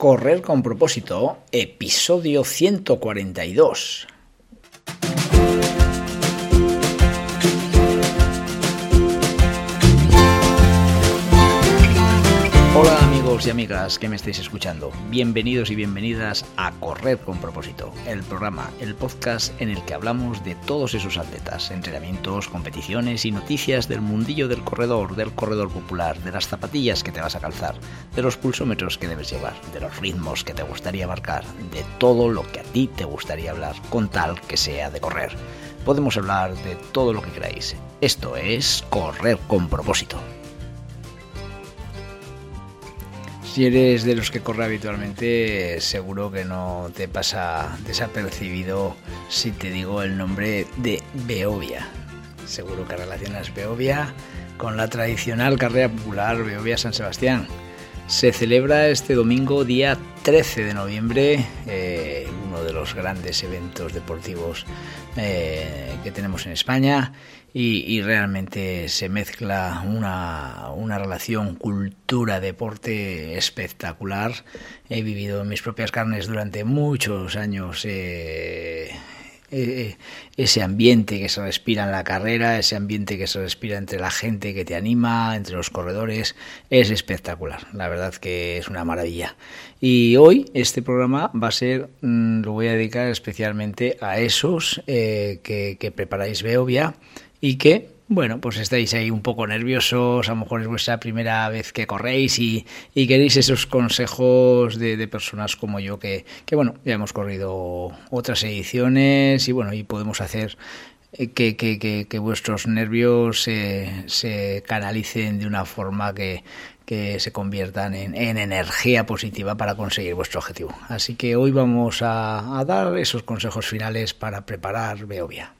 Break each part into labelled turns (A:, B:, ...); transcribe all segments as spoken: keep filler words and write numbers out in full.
A: Correr con propósito, episodio ciento cuarenta y dos. Hola amigos y amigas que me estáis escuchando, bienvenidos y bienvenidas a Correr con propósito, el programa, el podcast en el que hablamos de todos esos atletas, entrenamientos, competiciones y noticias del mundillo del corredor, del corredor popular, de las zapatillas que te vas a calzar, de los pulsómetros que debes llevar, de los ritmos que te gustaría marcar, de todo lo que a ti te gustaría hablar, con tal que sea de correr. Podemos hablar de todo lo que queráis. Esto es Correr con propósito. Si eres de los que corre habitualmente, seguro que no te pasa desapercibido si te digo el nombre de Beovia. Seguro que relacionas Beovia con la tradicional carrera popular Beovia San Sebastián. Se celebra este domingo, día trece de noviembre, eh, uno de los grandes eventos deportivos eh, que tenemos en España. Y, y realmente se mezcla una, una relación cultura-deporte espectacular. He vivido en mis propias carnes durante muchos años eh, eh, ese ambiente que se respira en la carrera, ese ambiente que se respira entre la gente que te anima, entre los corredores. Es espectacular, la verdad que es una maravilla. Y hoy este programa va a ser, mmm, lo voy a dedicar especialmente a esos eh, que, que preparáis Beovia y que, bueno, pues estáis ahí un poco nerviosos, a lo mejor es vuestra primera vez que corréis y, y queréis esos consejos de, de personas como yo que, que, bueno, ya hemos corrido otras ediciones y, bueno, y podemos hacer que, que, que, que vuestros nervios se, se canalicen de una forma que, que se conviertan en, en energía positiva para conseguir vuestro objetivo. Así que hoy vamos a, a dar esos consejos finales para preparar Beovia.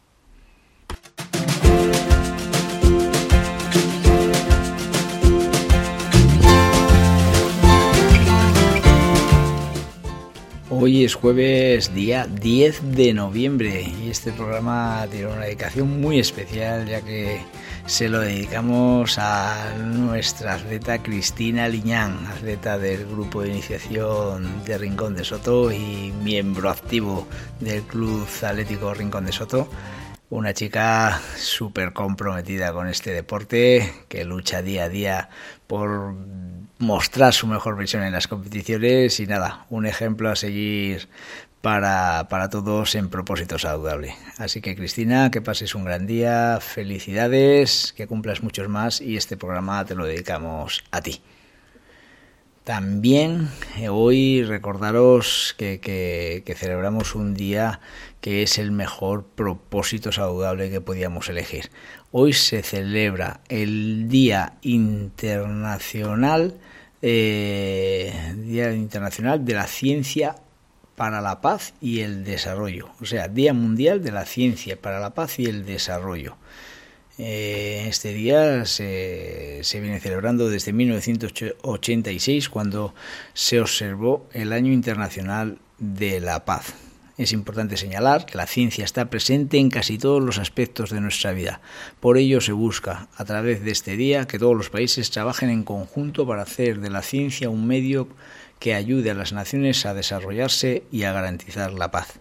A: Hoy es jueves, día diez de noviembre, y este programa tiene una dedicación muy especial, ya que se lo dedicamos a nuestra atleta Cristina Liñán, atleta del grupo de iniciación de Rincón de Soto y miembro activo del Club Atlético Rincón de Soto. Una chica súper comprometida con este deporte, que lucha día a día por mostrar su mejor versión en las competiciones y nada, un ejemplo a seguir para, para todos en propósito saludable. Así que Cristina, que pases un gran día, felicidades, que cumplas muchos más y este programa te lo dedicamos a ti. También eh, hoy recordaros que, que, que celebramos un día que es el mejor propósito saludable que podíamos elegir. Hoy se celebra el Día Internacional, eh, Día Internacional de la Ciencia para la Paz y el Desarrollo. O sea, Día Mundial de la Ciencia para la Paz y el Desarrollo. Eh, este día se, se viene celebrando desde mil novecientos ochenta y seis, cuando se observó el Año Internacional de la Paz. Es importante señalar que la ciencia está presente en casi todos los aspectos de nuestra vida. Por ello se busca, a través de este día, que todos los países trabajen en conjunto para hacer de la ciencia un medio que ayude a las naciones a desarrollarse y a garantizar la paz.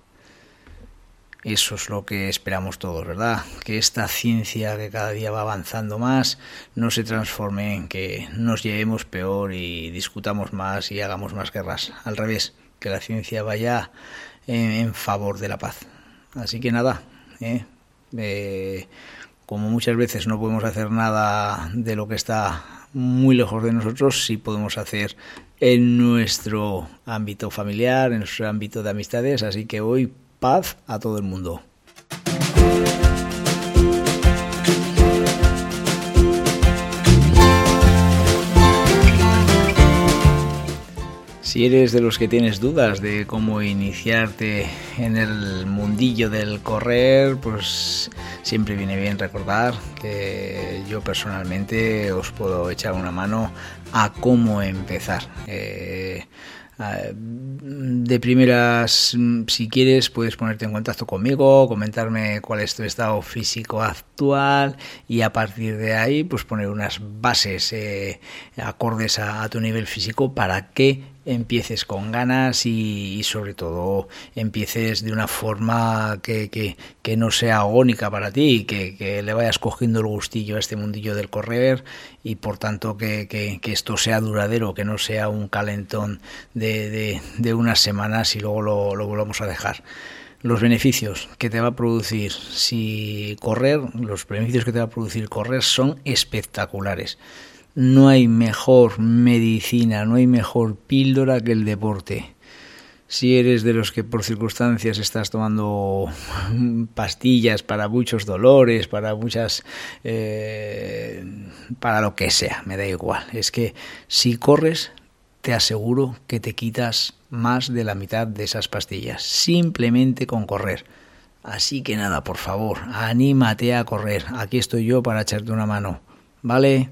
A: Eso es lo que esperamos todos, ¿verdad? Que esta ciencia que cada día va avanzando más no se transforme en que nos llevemos peor y discutamos más y hagamos más guerras. Al revés, que la ciencia vaya en, en favor de la paz. Así que nada, ¿eh? Eh, como muchas veces no podemos hacer nada de lo que está muy lejos de nosotros, sí podemos hacer en nuestro ámbito familiar, en nuestro ámbito de amistades. Así que hoy, paz a todo el mundo. Si eres de los que tienes dudas de cómo iniciarte en el mundillo del correr, pues siempre viene bien recordar que yo personalmente os puedo echar una mano a cómo empezar. Eh, De primeras, si quieres, puedes ponerte en contacto conmigo, comentarme cuál es tu estado físico actual y a partir de ahí pues poner unas bases eh, acordes a, a tu nivel físico para que empieces con ganas y, y sobre todo empieces de una forma que, que, que no sea agónica para ti, que, que le vayas cogiendo el gustillo a este mundillo del correr y por tanto que, que, que esto sea duradero, que no sea un calentón de, de, de unas semanas y luego lo, lo volvamos a dejar. Los beneficios que te va a producir si correr, los beneficios que te va a producir correr son espectaculares. No hay mejor medicina, no hay mejor píldora que el deporte. Si eres de los que por circunstancias estás tomando pastillas para muchos dolores, para muchas, eh, para lo que sea, me da igual. Es que si corres, te aseguro que te quitas más de la mitad de esas pastillas, simplemente con correr. Así que nada, por favor, anímate a correr. Aquí estoy yo para echarte una mano, ¿vale?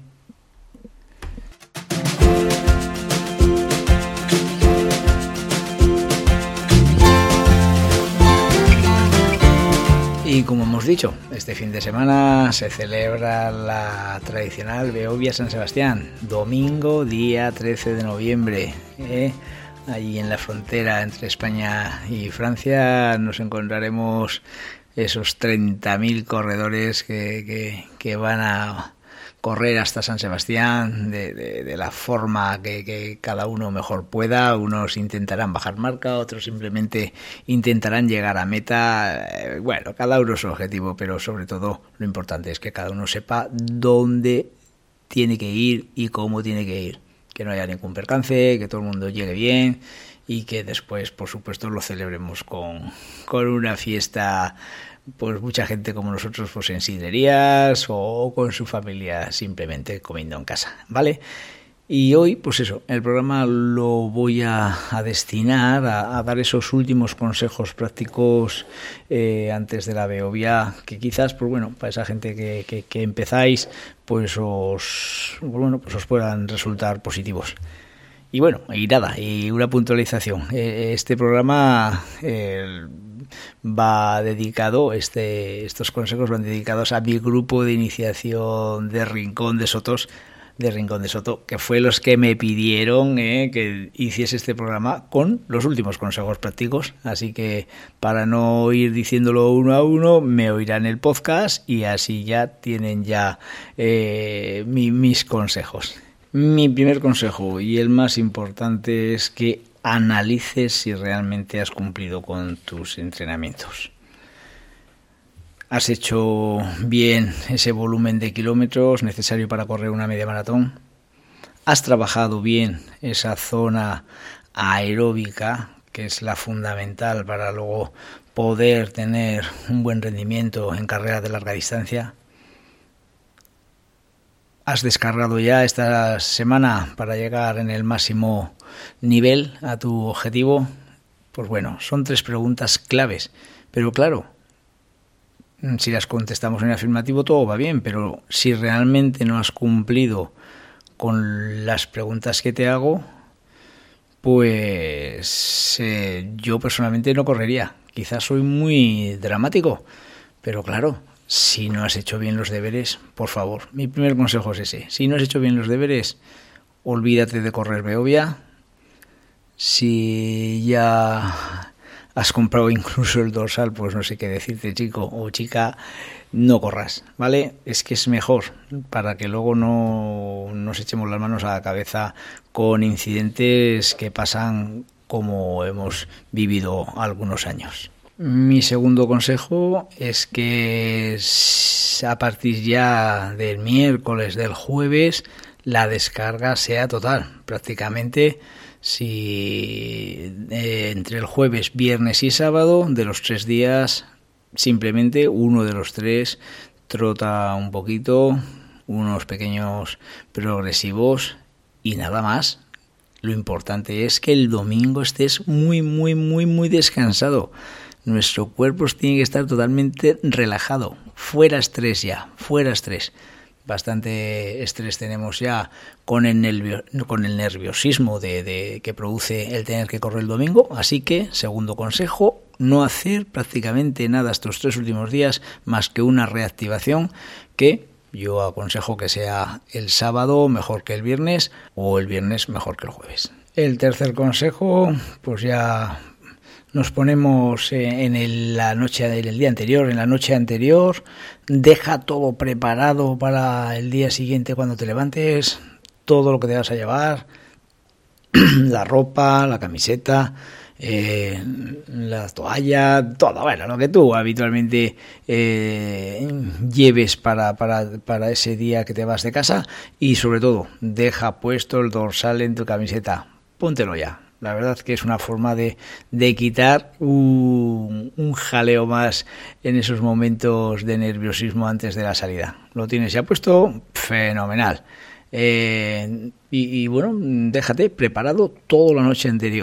A: Y como hemos dicho, este fin de semana se celebra la tradicional Beovia San Sebastián, domingo día trece de noviembre, ¿eh? Allí en la frontera entre España y Francia nos encontraremos esos treinta mil corredores que, que, que van a correr hasta San Sebastián de, de, de la forma que, que cada uno mejor pueda. Unos intentarán bajar marca, otros simplemente intentarán llegar a meta. Bueno, cada uno su objetivo, pero sobre todo lo importante es que cada uno sepa dónde tiene que ir y cómo tiene que ir. Que no haya ningún percance, que todo el mundo llegue bien y que después, por supuesto, lo celebremos con, con una fiesta. Pues mucha gente como nosotros pues en sidrerías o con su familia simplemente comiendo en casa, ¿vale? Y hoy, pues eso, el programa lo voy a, a destinar a, a dar esos últimos consejos prácticos eh, antes de la Beovia, que quizás, pues bueno, para esa gente que, que, que empezáis, pues os, bueno, pues os puedan resultar positivos. Y bueno, y nada, y una puntualización. Este programa eh, va dedicado, este, estos consejos van dedicados a mi grupo de iniciación de Rincón de Sotos, de Rincón de Soto, que fue los que me pidieron eh, que hiciese este programa con los últimos consejos prácticos. Así que para no ir diciéndolo uno a uno, me oirán el podcast y así ya tienen ya eh, mi, mis consejos. Mi primer consejo y el más importante es que analices si realmente has cumplido con tus entrenamientos. ¿Has hecho bien ese volumen de kilómetros necesario para correr una media maratón? ¿Has trabajado bien esa zona aeróbica, que es la fundamental para luego poder tener un buen rendimiento en carreras de larga distancia? ¿Has descargado ya esta semana para llegar en el máximo nivel a tu objetivo? Pues bueno, son tres preguntas claves, pero claro, si las contestamos en afirmativo todo va bien, pero si realmente no has cumplido con las preguntas que te hago, pues eh, yo personalmente no correría. Quizás soy muy dramático, pero claro, si no has hecho bien los deberes, por favor, mi primer consejo es ese. Si no has hecho bien los deberes, olvídate de correr Beovia. Si ya has comprado incluso el dorsal, pues no sé qué decirte, chico o chica, no corras, ¿vale? Es que es mejor para que luego no nos echemos las manos a la cabeza con incidentes que pasan como hemos vivido algunos años. Mi segundo consejo es que a partir ya del miércoles, del jueves, la descarga sea total. Prácticamente, si eh, entre el jueves, viernes y sábado, de los tres días, simplemente uno de los tres trota un poquito, unos pequeños progresivos y nada más. Lo importante es que el domingo estés muy, muy, muy, muy descansado. Nuestro cuerpo tiene que estar totalmente relajado, fuera estrés ya, fuera estrés. Bastante estrés tenemos ya con el, nervio, con el nerviosismo de, de, que produce el tener que correr el domingo. Así que, segundo consejo, no hacer prácticamente nada estos tres últimos días más que una reactivación que yo aconsejo que sea el sábado mejor que el viernes o el viernes mejor que el jueves. El tercer consejo, pues ya nos ponemos en el, la noche del día anterior, en la noche anterior, deja todo preparado para el día siguiente cuando te levantes, todo lo que te vas a llevar, la ropa, la camiseta, eh, la toalla, todo, bueno, lo que tú habitualmente eh, lleves para, para, para ese día que te vas de casa, y sobre todo, deja puesto el dorsal en tu camiseta, póntelo ya. La verdad que es una forma de, de quitar un, un jaleo más en esos momentos de nerviosismo antes de la salida. Lo tienes ya puesto, fenomenal. Eh, y, y bueno, déjate preparado toda la noche anterior.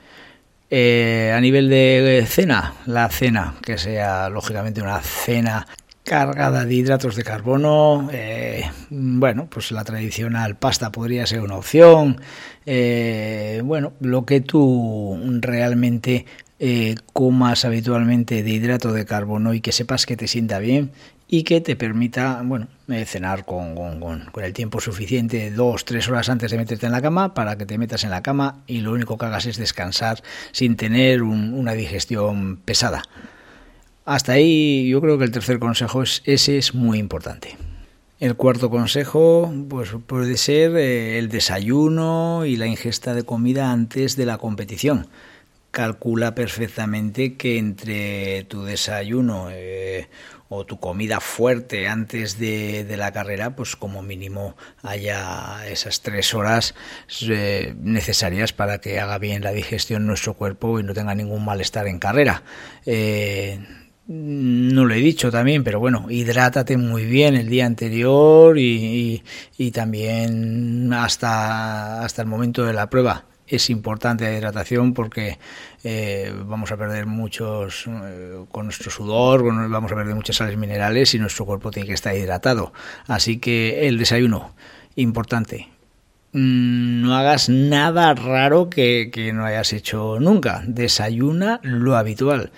A: Eh, a nivel de cena, la cena, que sea lógicamente una cena cargada de hidratos de carbono, eh, bueno, pues la tradicional pasta podría ser una opción, eh, bueno, lo que tú realmente eh, comas habitualmente de hidrato de carbono y que sepas que te sienta bien y que te permita, bueno, eh, cenar con, con, con, con el tiempo suficiente, dos, tres horas antes de meterte en la cama, para que te metas en la cama y lo único que hagas es descansar sin tener un, una digestión pesada. Hasta ahí yo creo que el tercer consejo es, ese es muy importante. El cuarto consejo pues puede ser eh, el desayuno y la ingesta de comida antes de la competición. Calcula perfectamente que entre tu desayuno eh, o tu comida fuerte antes de, de la carrera, pues como mínimo haya esas tres horas eh, necesarias para que haga bien la digestión nuestro cuerpo y no tenga ningún malestar en carrera. Eh, No lo he dicho también, pero bueno, hidrátate muy bien el día anterior y, y, y también hasta, hasta el momento de la prueba. Es importante la hidratación porque eh, vamos a perder muchos, eh, con nuestro sudor, con, vamos a perder muchas sales minerales y nuestro cuerpo tiene que estar hidratado. Así que el desayuno, importante. No hagas nada raro que, que no hayas hecho nunca. Desayuna lo habitual.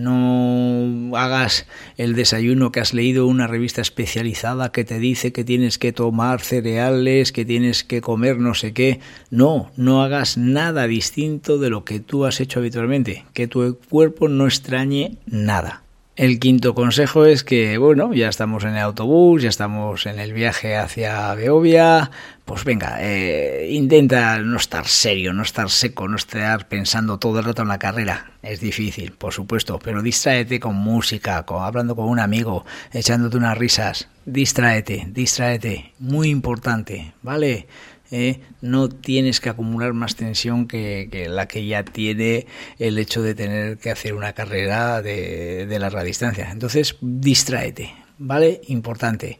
A: No hagas el desayuno que has leído en una revista especializada que te dice que tienes que tomar cereales, que tienes que comer no sé qué. No, no hagas nada distinto de lo que tú has hecho habitualmente. Que tu cuerpo no extrañe nada. El quinto consejo es que, bueno, ya estamos en el autobús, ya estamos en el viaje hacia Beovia, pues venga, eh, intenta no estar serio, no estar seco, no estar pensando todo el rato en la carrera. Es difícil, por supuesto, pero distráete con música, con, hablando con un amigo, echándote unas risas. Distráete, distráete, muy importante, ¿vale? Eh, no tienes que acumular más tensión que, que la que ya tiene el hecho de tener que hacer una carrera de, de larga distancia. Entonces, distráete, ¿vale? Importante.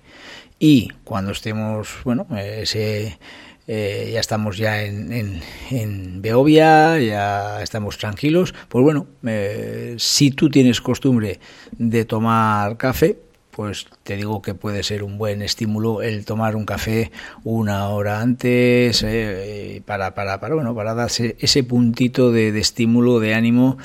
A: Y cuando estemos, bueno, ese, eh, ya estamos ya en, en, en Beovia, ya estamos tranquilos, pues bueno, eh, si tú tienes costumbre de tomar café, pues te digo que puede ser un buen estímulo el tomar un café una hora antes eh, para, para, para, bueno, para darse ese puntito de, de estímulo, de ánimo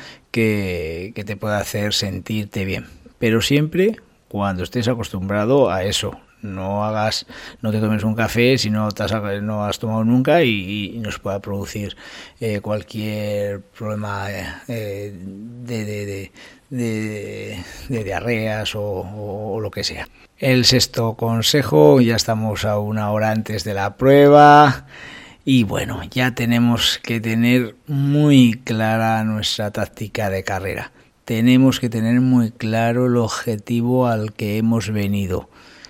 A: que, que te pueda hacer sentirte bien. Pero siempre cuando estés acostumbrado a eso. No hagas, no te tomes un café si no, te has, no has tomado nunca y, y nos pueda producir eh, cualquier problema eh, de, de, de, de, de diarreas o, o, o lo que sea. El sexto consejo, ya estamos a una hora antes de la prueba y bueno, ya tenemos que tener muy clara nuestra táctica de carrera. Tenemos que tener muy claro el objetivo al que hemos venido.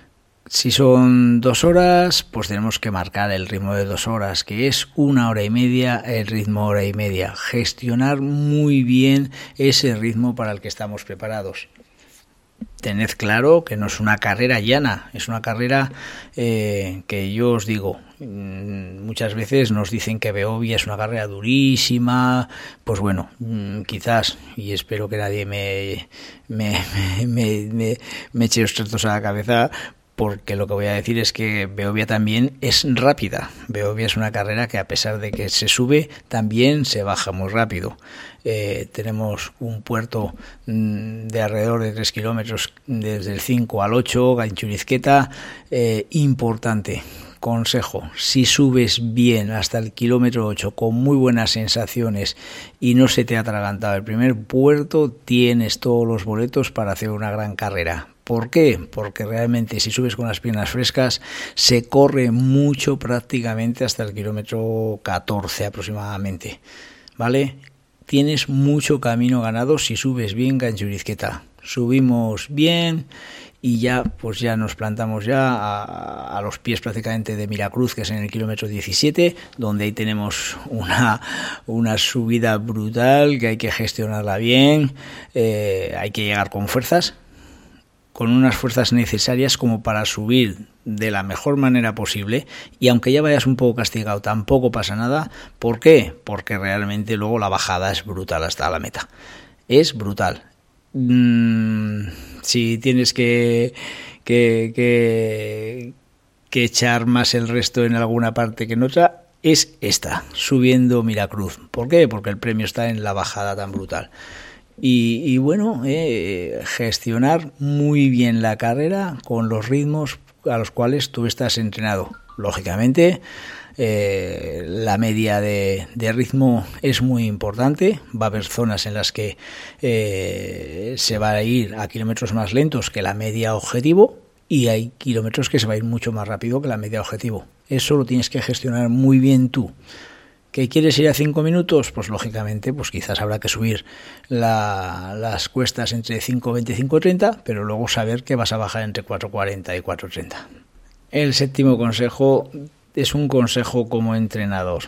A: Si son dos horas, pues tenemos que marcar el ritmo de dos horas, que es una hora y media, el ritmo hora y media. Gestionar muy bien ese ritmo para el que estamos preparados. Tened claro que no es una carrera llana, es una carrera eh, que yo os digo, muchas veces nos dicen que Beovia es una carrera durísima, pues bueno, quizás, y espero que nadie me, me, me, me, me eche los trastos a la cabeza, porque lo que voy a decir es que Beovia también es rápida. Beovia es una carrera que a pesar de que se sube, también se baja muy rápido. Eh, tenemos un puerto mmm, de alrededor de tres kilómetros desde el cinco al ocho, Gaintxurizketa, eh, importante. consejo, si subes bien hasta el kilómetro ocho con muy buenas sensaciones y no se te ha atragantado el primer puerto, tienes todos los boletos para hacer una gran carrera. ¿Por qué? Porque realmente si subes con las piernas frescas se corre mucho, prácticamente hasta el kilómetro catorce aproximadamente, ¿vale? Tienes mucho camino ganado si subes bien Ganchurizketa. Subimos bien y ya pues ya nos plantamos ya a, a los pies prácticamente de Miracruz, que es en el kilómetro diecisiete, donde ahí tenemos una, una subida brutal que hay que gestionarla bien, eh, hay que llegar con fuerzas, con unas fuerzas necesarias como para subir de la mejor manera posible, y aunque ya vayas un poco castigado tampoco pasa nada. ¿Por qué? Porque realmente luego la bajada es brutal hasta la meta, es brutal. Mm, si tienes que, que, que, que echar más el resto en alguna parte que en otra, es esta, subiendo Miracruz. ¿Por qué? Porque el premio está en la bajada tan brutal. Y, y bueno, eh, gestionar muy bien la carrera con los ritmos a los cuales tú estás entrenado. Lógicamente, eh, la media de, de ritmo es muy importante. Va a haber zonas en las que eh, se va a ir a kilómetros más lentos que la media objetivo, y hay kilómetros que se va a ir mucho más rápido que la media objetivo. Eso lo tienes que gestionar muy bien tú. ¿Que quieres ir a cinco minutos? Pues lógicamente, pues quizás habrá que subir la, las cuestas entre cinco veinte y cinco treinta, pero luego saber que vas a bajar entre cuatro cuarenta y cuatro treinta. El séptimo consejo es un consejo como entrenador.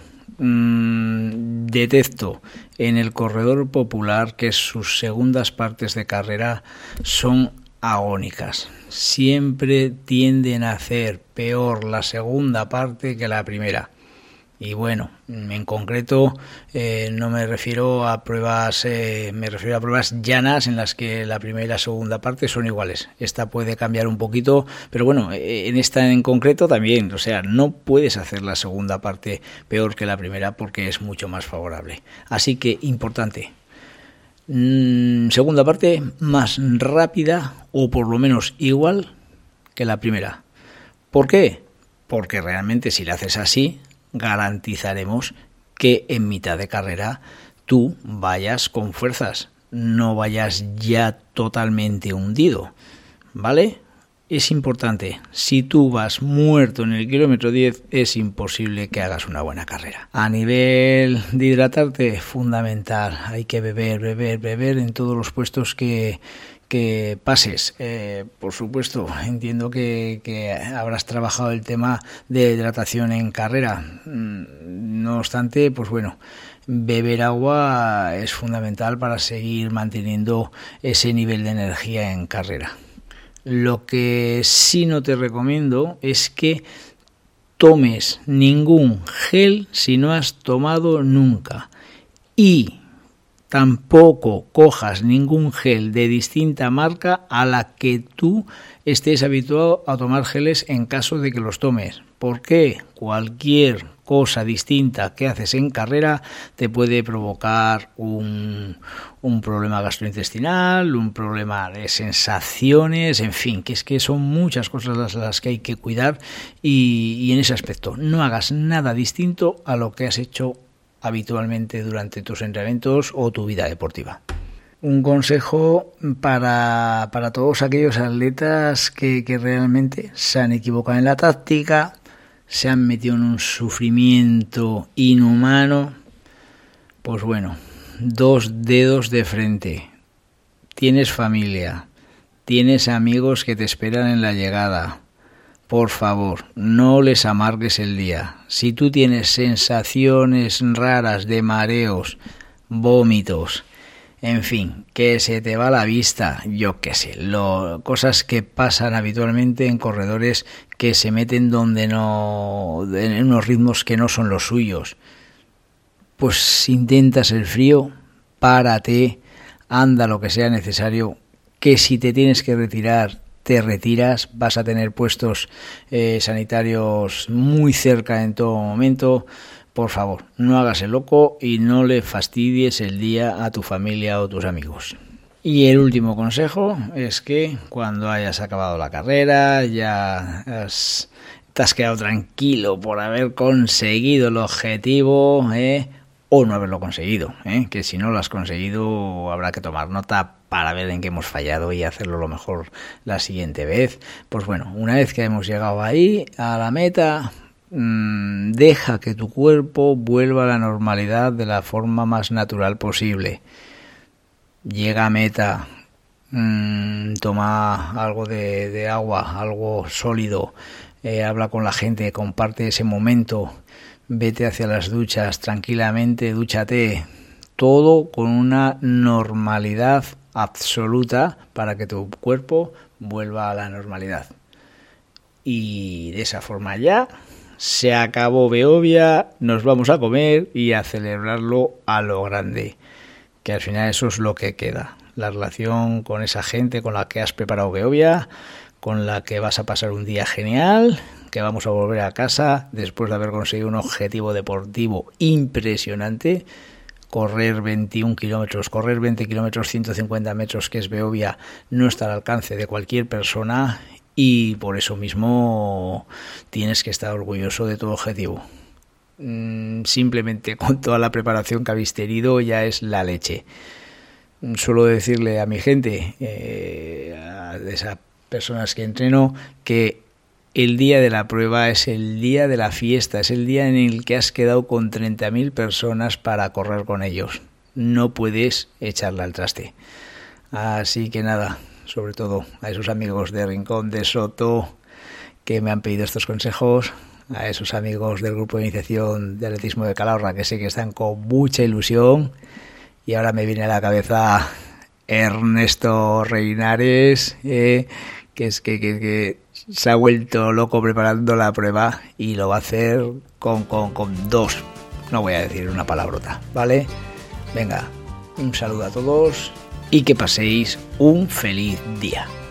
A: Mm, detecto en el corredor popular que sus segundas partes de carrera son agónicas. Siempre tienden a hacer peor la segunda parte que la primera. Y bueno, en concreto eh, no me refiero a pruebas, eh, me refiero a pruebas llanas en las que la primera y la segunda parte son iguales. Esta puede cambiar un poquito, pero bueno, eh, en esta en concreto también. O sea, no puedes hacer la segunda parte peor que la primera porque es mucho más favorable. Así que, importante, mm, segunda parte más rápida o por lo menos igual que la primera. ¿Por qué? Porque realmente si la haces así, garantizaremos que en mitad de carrera tú vayas con fuerzas, no vayas ya totalmente hundido, ¿vale? Es importante, si tú vas muerto en el kilómetro diez, es imposible que hagas una buena carrera. A nivel de hidratarte, fundamental, hay que beber, beber, beber en todos los puestos que que pases. Eh, por supuesto, entiendo que, que habrás trabajado el tema de hidratación en carrera. No obstante, pues bueno, beber agua es fundamental para seguir manteniendo ese nivel de energía en carrera. Lo que sí no te recomiendo es que tomes ningún gel si no has tomado nunca, y tampoco cojas ningún gel de distinta marca a la que tú estés habituado a tomar geles en caso de que los tomes. Porque cualquier cosa distinta que haces en carrera te puede provocar un, un problema gastrointestinal, un problema de sensaciones, en fin, que es que son muchas cosas las, las que hay que cuidar, y, y en ese aspecto no hagas nada distinto a lo que has hecho habitualmente durante tus entrenamientos o tu vida deportiva. Un consejo para, para todos aquellos atletas que, que realmente se han equivocado en la táctica, se han metido en un sufrimiento inhumano. Pues bueno, dos dedos de frente. Tienes familia, tienes amigos que te esperan en la llegada. Por favor, no les amargues el día. Si tú tienes sensaciones raras de mareos, vómitos, en fin, que se te va la vista, yo qué sé, lo, cosas que pasan habitualmente en corredores que se meten donde no, en unos ritmos que no son los suyos, pues intentas el frío, párate, anda lo que sea necesario, que si te tienes que retirar, te retiras, vas a tener puestos eh, sanitarios muy cerca en todo momento. Por favor, no hagas el loco y no le fastidies el día a tu familia o tus amigos. Y el último consejo es que cuando hayas acabado la carrera, ya has te has quedado tranquilo por haber conseguido el objetivo, ¿eh? O no haberlo conseguido, ¿eh? Que si no lo has conseguido habrá que tomar nota para ver en qué hemos fallado y hacerlo lo mejor la siguiente vez. Pues bueno, una vez que hemos llegado ahí, a la meta, mmm, deja que tu cuerpo vuelva a la normalidad de la forma más natural posible. Llega a meta, mmm, toma algo de, de agua, algo sólido, eh, habla con la gente, comparte ese momento, vete hacia las duchas tranquilamente, dúchate, todo con una normalidad absoluta para que tu cuerpo vuelva a la normalidad. Y de esa forma ya se acabó Beovia, nos vamos a comer y a celebrarlo a lo grande, que al final eso es lo que queda, la relación con esa gente con la que has preparado Beovia, con la que vas a pasar un día genial, que vamos a volver a casa después de haber conseguido un objetivo deportivo impresionante. Correr veintiún kilómetros, correr veinte kilómetros, ciento cincuenta metros, que es Beovia, no está al alcance de cualquier persona y por eso mismo tienes que estar orgulloso de tu objetivo. Simplemente con toda la preparación que habéis tenido ya es la leche. Suelo decirle a mi gente, eh, a esas personas que entreno, que el día de la prueba es el día de la fiesta, es el día en el que has quedado con treinta mil personas para correr con ellos. No puedes echarla al traste. Así que nada, sobre todo a esos amigos de Rincón de Soto que me han pedido estos consejos, a esos amigos del grupo de iniciación de atletismo de Calahorra que sé que están con mucha ilusión, y ahora me viene a la cabeza Ernesto Reinares, eh, que es que, que, que se ha vuelto loco preparando la prueba y lo va a hacer con, con, con dos, no voy a decir una palabrota, ¿vale? Venga, un saludo a todos y que paséis un feliz día.